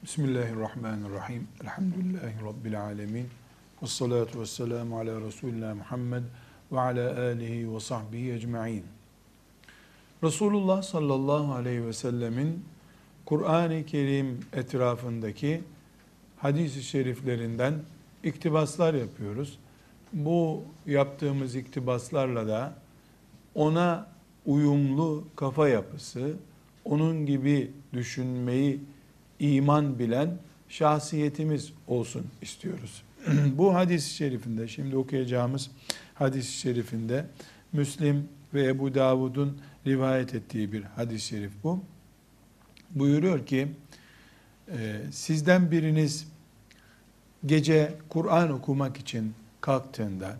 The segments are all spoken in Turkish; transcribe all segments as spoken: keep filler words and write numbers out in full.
Bismillahirrahmanirrahim. Elhamdülillahi Rabbil alemin. Vessalatu vesselamu ala Resulina Muhammed ve ala alihi ve sahbihi ecma'in. Resulullah sallallahu aleyhi ve sellemin Kur'an-ı Kerim etrafındaki hadis-i şeriflerinden iktibaslar yapıyoruz. Bu yaptığımız iktibaslarla da ona uyumlu kafa yapısı, onun gibi düşünmeyi iman bilen şahsiyetimiz olsun istiyoruz. Bu hadis-i şerifinde, şimdi okuyacağımız hadis-i şerifinde Müslim ve Ebu Davud'un rivayet ettiği bir hadis-i şerif bu. Buyuruyor ki, e, sizden biriniz gece Kur'an okumak için kalktığında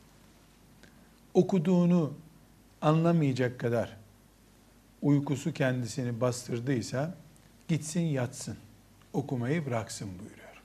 okuduğunu anlamayacak kadar uykusu kendisini bastırdıysa gitsin yatsın, okumayı bıraksın buyuruyor.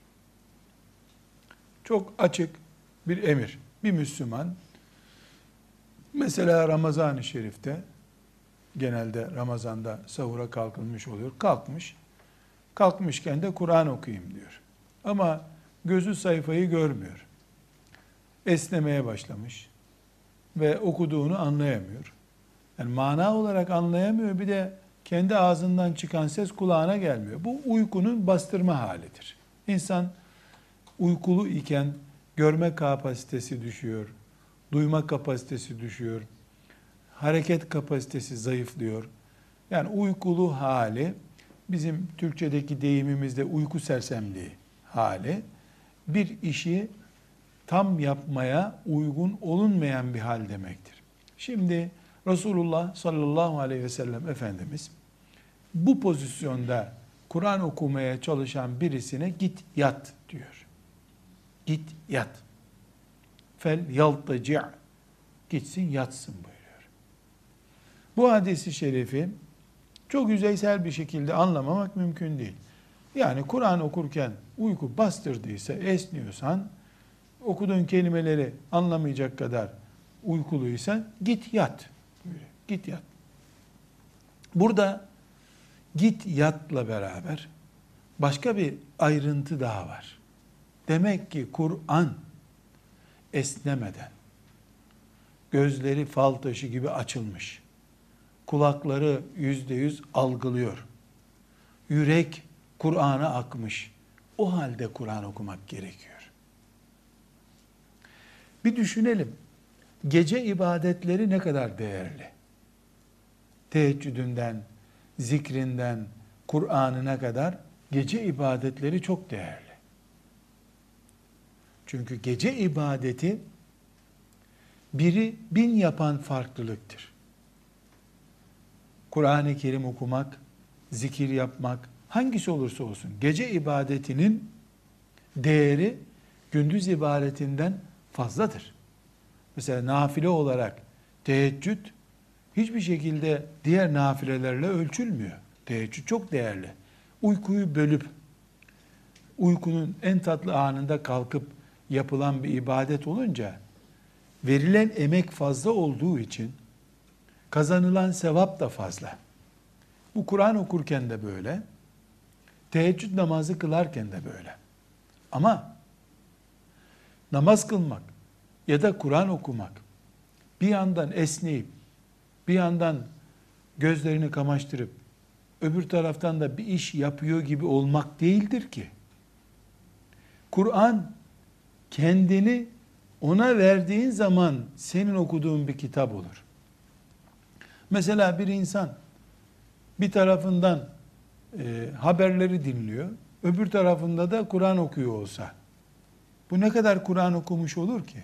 Çok açık bir emir. Bir Müslüman, mesela Ramazan-ı Şerif'te, genelde Ramazan'da sahura kalkılmış oluyor, kalkmış, kalkmışken de Kur'an okuyayım diyor. Ama gözü sayfayı görmüyor. Esnemeye başlamış ve okuduğunu anlayamıyor. Yani mana olarak anlayamıyor, bir de kendi ağzından çıkan ses kulağına gelmiyor. Bu uykunun bastırma halidir. İnsan uykulu iken görme kapasitesi düşüyor, duyma kapasitesi düşüyor, hareket kapasitesi zayıflıyor. Yani uykulu hali, bizim Türkçedeki deyimimizde uyku sersemliği hali, bir işi tam yapmaya uygun olunmayan bir hal demektir. Şimdi Resulullah sallallahu aleyhi ve sellem Efendimiz bu pozisyonda Kur'an okumaya çalışan birisine git yat diyor. Git yat. Fel yaltaci' gitsin yatsın buyuruyor. Bu hadisi şerifi çok yüzeysel bir şekilde anlamamak mümkün değil. Yani Kur'an okurken uyku bastırdıysa, esniyorsan, okuduğun kelimeleri anlamayacak kadar uykuluysan git yat. Buyuruyor. Git yat. Burada git yatla beraber başka bir ayrıntı daha var. Demek ki Kur'an esnemeden, gözleri fal taşı gibi açılmış, kulakları yüzde yüz algılıyor, yürek Kur'an'a akmış, o halde Kur'an okumak gerekiyor. Bir düşünelim, gece ibadetleri ne kadar değerli? Teheccüdünden, zikrinden, Kur'an'ına kadar gece ibadetleri çok değerli. Çünkü gece ibadeti biri bin yapan farklılıktır. Kur'an-ı Kerim okumak, zikir yapmak, hangisi olursa olsun gece ibadetinin değeri gündüz ibadetinden fazladır. Mesela nafile olarak teheccüd hiçbir şekilde diğer nafilelerle ölçülmüyor. Teheccüd çok değerli. Uykuyu bölüp, uykunun en tatlı anında kalkıp yapılan bir ibadet olunca, verilen emek fazla olduğu için kazanılan sevap da fazla. Bu Kur'an okurken de böyle, teheccüd namazı kılarken de böyle. Ama namaz kılmak ya da Kur'an okumak, bir yandan esneyip, bir yandan gözlerini kamaştırıp, öbür taraftan da bir iş yapıyor gibi olmak değildir ki. Kur'an, kendini ona verdiğin zaman senin okuduğun bir kitap olur. Mesela bir insan bir tarafından e, haberleri dinliyor, öbür tarafında da Kur'an okuyor olsa, bu ne kadar Kur'an okumuş olur ki?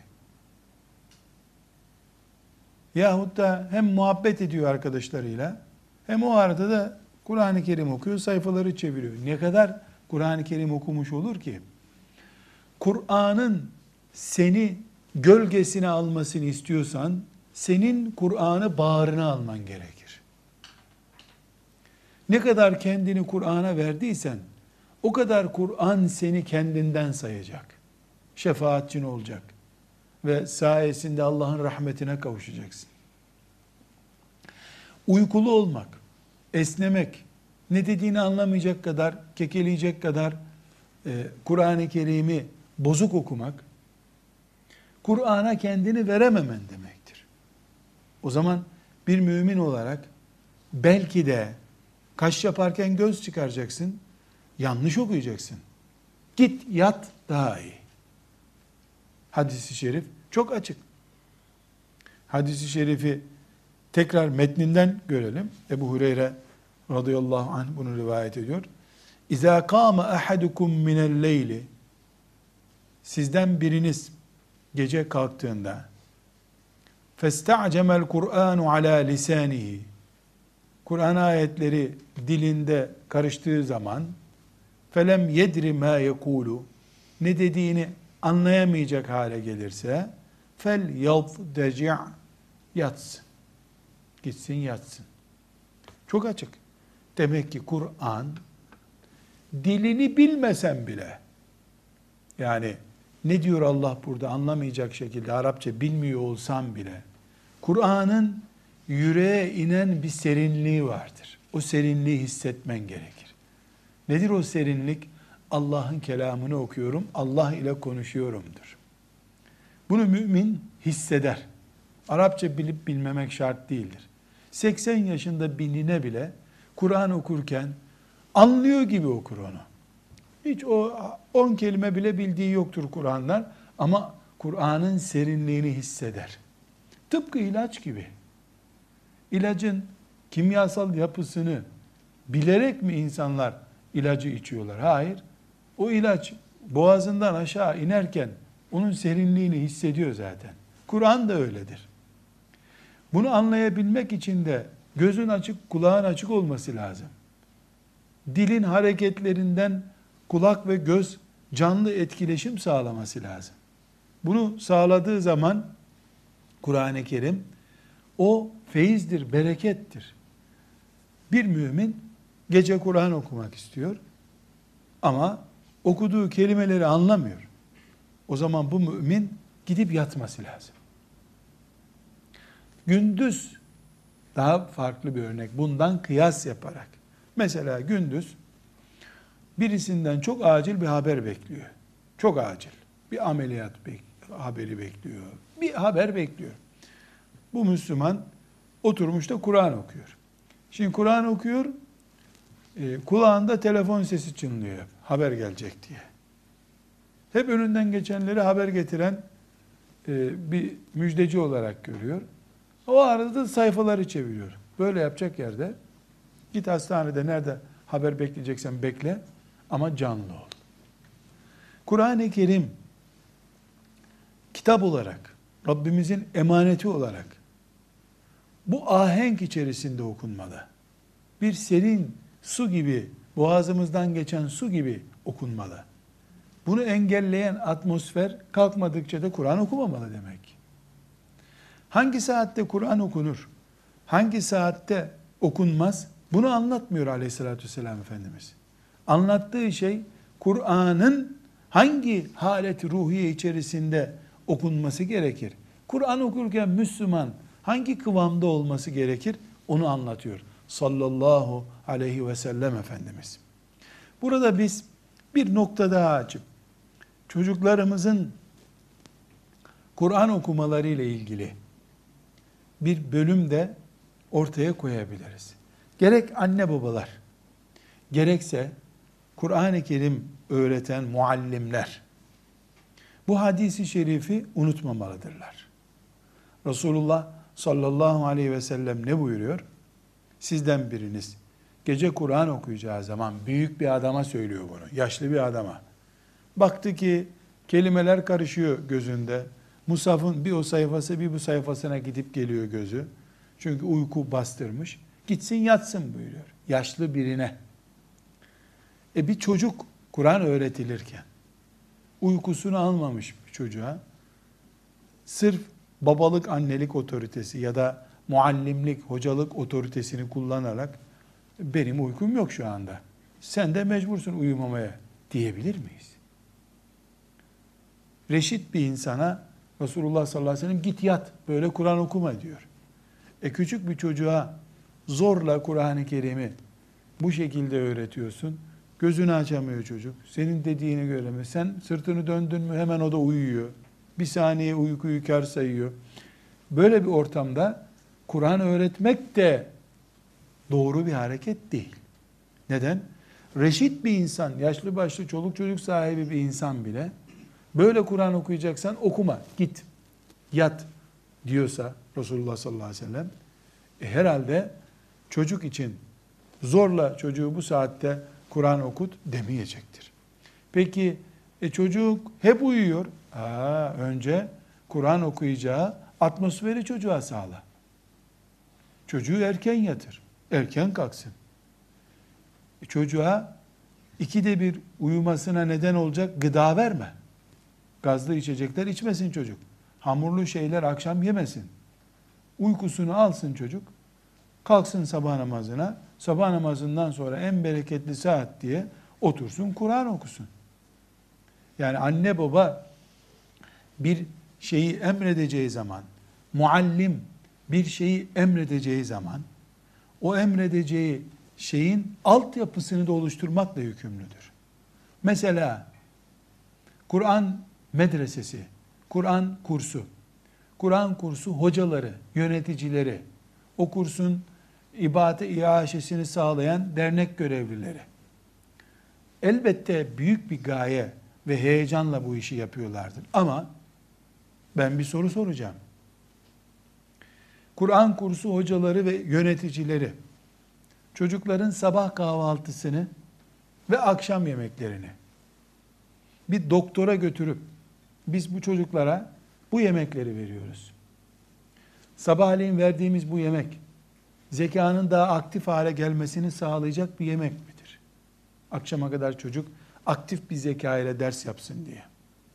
Yahut da hem muhabbet ediyor arkadaşlarıyla, hem o arada da Kur'an-ı Kerim okuyor, sayfaları çeviriyor. Ne kadar Kur'an-ı Kerim okumuş olur ki? Kur'an'ın seni gölgesine almasını istiyorsan, senin Kur'an'ı bağrına alman gerekir. Ne kadar kendini Kur'an'a verdiysen, o kadar Kur'an seni kendinden sayacak. Şefaatçin olacak. Ve sayesinde Allah'ın rahmetine kavuşacaksın. Uykulu olmak, esnemek, ne dediğini anlamayacak kadar, kekeleyecek kadar e, Kur'an-ı Kerim'i bozuk okumak, Kur'an'a kendini verememen demektir. O zaman bir mümin olarak belki de kaş yaparken göz çıkaracaksın, yanlış okuyacaksın. Git yat daha iyi. Hadis-i şerif çok açık. Hadis-i şerifi tekrar metninden görelim. Ebu Hureyre radıyallahu anh bunu rivayet ediyor. İzâ kâme ahadukum minel leyli, sizden biriniz gece kalktığında festa'cemel Kur'anu ala lisanihi, Kur'an ayetleri dilinde karıştığı zaman felem yedri ma yekulu, ne dediğini anlayamayacak hale gelirse fel yadci', yatsın. Gitsin yatsın. Çok açık. Demek ki Kur'an dilini bilmesen bile, yani ne diyor Allah burada anlamayacak şekilde Arapça bilmiyor olsam bile, Kur'an'ın yüreğe inen bir serinliği vardır. O serinliği hissetmen gerekir. Nedir o serinlik? Allah'ın kelamını okuyorum, Allah ile konuşuyorumdur. Bunu mümin hisseder. Arapça bilip bilmemek şart değildir. seksen yaşında birine bile Kur'an okurken anlıyor gibi okur onu. Hiç o on kelime bile bildiği yoktur Kur'an'dan ama Kur'an'ın serinliğini hisseder. Tıpkı ilaç gibi. İlacın kimyasal yapısını bilerek mi insanlar ilacı içiyorlar? Hayır. O ilaç boğazından aşağı inerken onun serinliğini hissediyor zaten. Kur'an da öyledir. Bunu anlayabilmek için de gözün açık, kulağın açık olması lazım. Dilin hareketlerinden kulak ve göz canlı etkileşim sağlaması lazım. Bunu sağladığı zaman Kur'an-ı Kerim o feyizdir, berekettir. Bir mümin gece Kur'an okumak istiyor ama okuduğu kelimeleri anlamıyor. O zaman bu mümin gidip yatması lazım. Gündüz daha farklı bir örnek, bundan kıyas yaparak. Mesela gündüz birisinden çok acil bir haber bekliyor. Çok acil. Bir ameliyat bek- haberi bekliyor. Bir haber bekliyor. Bu Müslüman oturmuş da Kur'an okuyor. Şimdi Kur'an okuyor, e, kulağında telefon sesi çınlıyor. Haber gelecek diye. Hep önünden geçenleri haber getiren e, bir müjdeci olarak görüyor. O arada da sayfaları çeviriyor. Böyle yapacak yerde git hastanede nerede haber bekleyeceksen bekle ama canlı ol. Kur'an-ı Kerim kitap olarak, Rabbimizin emaneti olarak bu ahenk içerisinde okunmalı. Bir serin su gibi, boğazımızdan geçen su gibi okunmalı. Bunu engelleyen atmosfer kalkmadıkça da Kur'an okumamalı demek. Hangi saatte Kur'an okunur, hangi saatte okunmaz, bunu anlatmıyor Aleyhisselatü Vesselam Efendimiz. Anlattığı şey Kur'an'ın hangi haleti ruhiye içerisinde okunması gerekir. Kur'an okurken Müslüman hangi kıvamda olması gerekir onu anlatıyor. Sallallahu aleyhi ve sellem Efendimiz. Burada biz bir nokta daha açıp çocuklarımızın Kur'an okumaları ile ilgili bir bölüm de ortaya koyabiliriz. Gerek anne babalar, gerekse Kur'an-ı Kerim öğreten muallimler bu hadisi şerifi unutmamalıdırlar. Resulullah sallallahu aleyhi ve sellem ne buyuruyor? Sizden biriniz gece Kur'an okuyacağı zaman büyük bir adama söylüyor bunu, yaşlı bir adama. Baktı ki kelimeler karışıyor gözünde. Musaf'ın bir o sayfası bir bu sayfasına gidip geliyor gözü. Çünkü uyku bastırmış. Gitsin yatsın buyuruyor. Yaşlı birine. E bir çocuk Kur'an öğretilirken uykusunu almamış bir çocuğa sırf babalık, annelik otoritesi ya da muallimlik, hocalık otoritesini kullanarak benim uykum yok şu anda, sen de mecbursun uyumamaya diyebilir miyiz? Reşit bir insana Resulullah sallallahu aleyhi ve sellem git yat, böyle Kur'an okuma diyor. E küçük bir çocuğa zorla Kur'an-ı Kerim'i bu şekilde öğretiyorsun. Gözünü açamıyor çocuk. Senin dediğini göremiyor. Sen sırtını döndün mü hemen o da uyuyor. Bir saniye uykuyu kâr sayıyor. Böyle bir ortamda Kur'an öğretmek de doğru bir hareket değil. Neden? Reşit bir insan, yaşlı başlı çoluk çocuk sahibi bir insan bile böyle Kur'an okuyacaksan okuma, git, yat diyorsa Resulullah sallallahu aleyhi ve sellem e herhalde çocuk için zorla çocuğu bu saatte Kur'an okut demeyecektir. Peki e çocuk hep uyuyor. Aa, önce Kur'an okuyacağı atmosferi çocuğa sağla. Çocuğu erken yatır, erken kalksın. E çocuğa ikide bir uyumasına neden olacak gıda verme. Gazlı içecekler içmesin çocuk. Hamurlu şeyler akşam yemesin. Uykusunu alsın çocuk. Kalksın sabah namazına. Sabah namazından sonra en bereketli saat diye otursun Kur'an okusun. Yani anne baba bir şeyi emredeceği zaman, muallim bir şeyi emredeceği zaman, o emredeceği şeyin altyapısını da oluşturmakla yükümlüdür. Mesela Kur'an medresesi, Kur'an kursu, Kur'an kursu hocaları, yöneticileri, o kursun ibadete iaşesini sağlayan dernek görevlileri. Elbette büyük bir gaye ve heyecanla bu işi yapıyorlardır. Ama ben bir soru soracağım. Kur'an kursu hocaları ve yöneticileri çocukların sabah kahvaltısını ve akşam yemeklerini bir doktora götürüp biz bu çocuklara bu yemekleri veriyoruz. Sabahleyin verdiğimiz bu yemek zekanın daha aktif hale gelmesini sağlayacak bir yemek midir? Akşama kadar çocuk aktif bir zeka ile ders yapsın diye.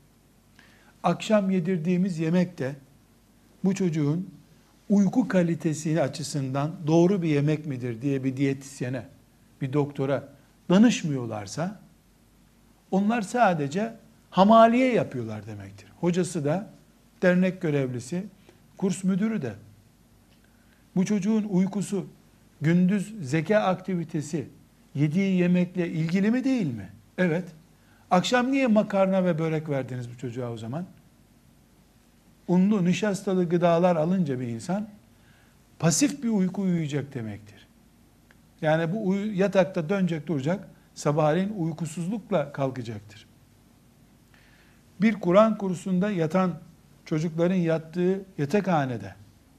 Akşam yedirdiğimiz yemek de bu çocuğun uyku kalitesi açısından doğru bir yemek midir diye bir diyetisyene, bir doktora danışmıyorlarsa onlar sadece hamaliye yapıyorlar demektir. Hocası da, dernek görevlisi, kurs müdürü de. Bu çocuğun uykusu, gündüz zeka aktivitesi, yediği yemekle ilgili mi değil mi? Evet. Akşam niye makarna ve börek verdiniz bu çocuğa o zaman? Unlu, nişastalı gıdalar alınca bir insan pasif bir uyku uyuyacak demektir. Yani bu uyu, yatakta dönecek duracak, sabahleyin uykusuzlukla kalkacaktır. Bir Kur'an kursunda yatan çocukların yattığı yatakhanede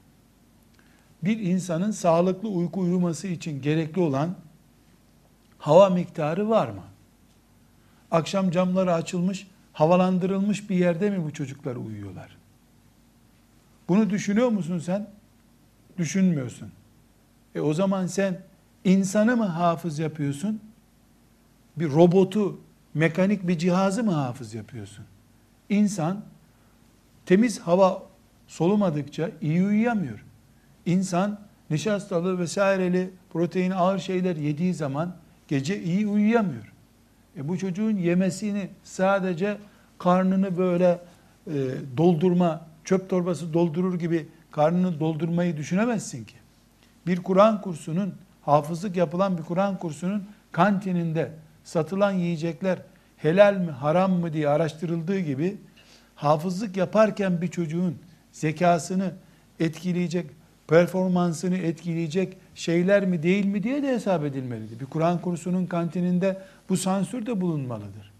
bir insanın sağlıklı uyku uyuması için gerekli olan hava miktarı var mı? Akşam camları açılmış, havalandırılmış bir yerde mi bu çocuklar uyuyorlar? Bunu düşünüyor musun sen? Düşünmüyorsun. E o zaman sen insanı mı hafız yapıyorsun? Bir robotu, mekanik bir cihazı mı hafız yapıyorsun? İnsan temiz hava solumadıkça iyi uyuyamıyor. İnsan nişastalı vesaireli protein ağır şeyler yediği zaman gece iyi uyuyamıyor. E bu çocuğun yemesini sadece karnını böyle e, doldurma, çöp torbası doldurur gibi karnını doldurmayı düşünemezsin ki. Bir Kur'an kursunun, hafızlık yapılan bir Kur'an kursunun kantininde satılan yiyecekler helal mi haram mı diye araştırıldığı gibi hafızlık yaparken bir çocuğun zekasını etkileyecek, performansını etkileyecek şeyler mi değil mi diye de hesap edilmelidir. Bir Kur'an kursunun kantininde bu sansür de bulunmalıdır.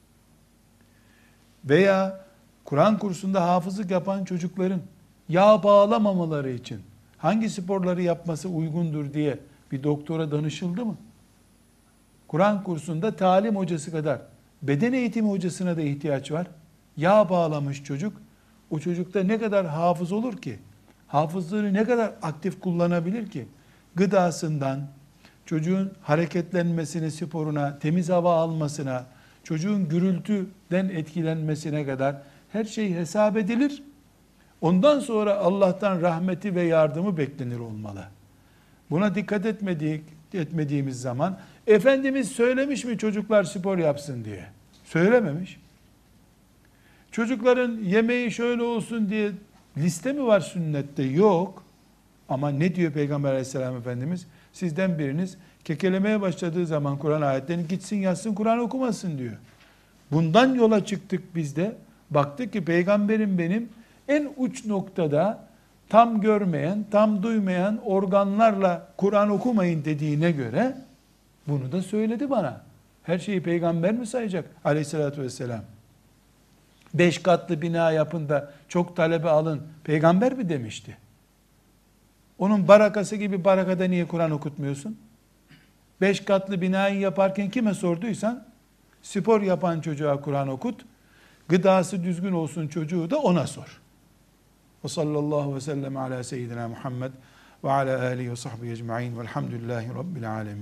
Veya Kur'an kursunda hafızlık yapan çocukların yağ bağlamamaları için hangi sporları yapması uygundur diye bir doktora danışıldı mı? Kur'an kursunda talim hocası kadar beden eğitimi hocasına da ihtiyaç var. Yağ bağlamış çocuk, o çocukta ne kadar hafız olur ki? Hafızlığını ne kadar aktif kullanabilir ki? Gıdasından, çocuğun hareketlenmesine, sporuna, temiz hava almasına, çocuğun gürültüden etkilenmesine kadar her şey hesap edilir. Ondan sonra Allah'tan rahmeti ve yardımı beklenir olmalı. Buna dikkat etmedik, etmediğimiz zaman Efendimiz söylemiş mi çocuklar spor yapsın diye? Söylememiş. Çocukların yemeği şöyle olsun diye liste mi var sünnette? Yok. Ama ne diyor Peygamber aleyhisselam Efendimiz? Sizden biriniz kekelemeye başladığı zaman Kur'an ayetlerini gitsin yatsın Kur'an okumasın diyor. Bundan yola çıktık biz de. Baktık ki peygamberim benim en uç noktada tam görmeyen, tam duymayan organlarla Kur'an okumayın dediğine göre bunu da söyledi bana. Her şeyi peygamber mi sayacak aleyhissalatü vesselam? Beş katlı bina yapın da çok talebe alın. Peygamber mi demişti? Onun barakası gibi barakada niye Kur'an okutmuyorsun? Beş katlı binayı yaparken kime sorduysan, spor yapan çocuğa Kur'an okut, gıdası düzgün olsun çocuğu da ona sor. Ve sallallahu aleyhi ve sellem ala seyyidina Muhammed ve ala alihi ve sahbihi ecma'in velhamdülillahi rabbil alemin.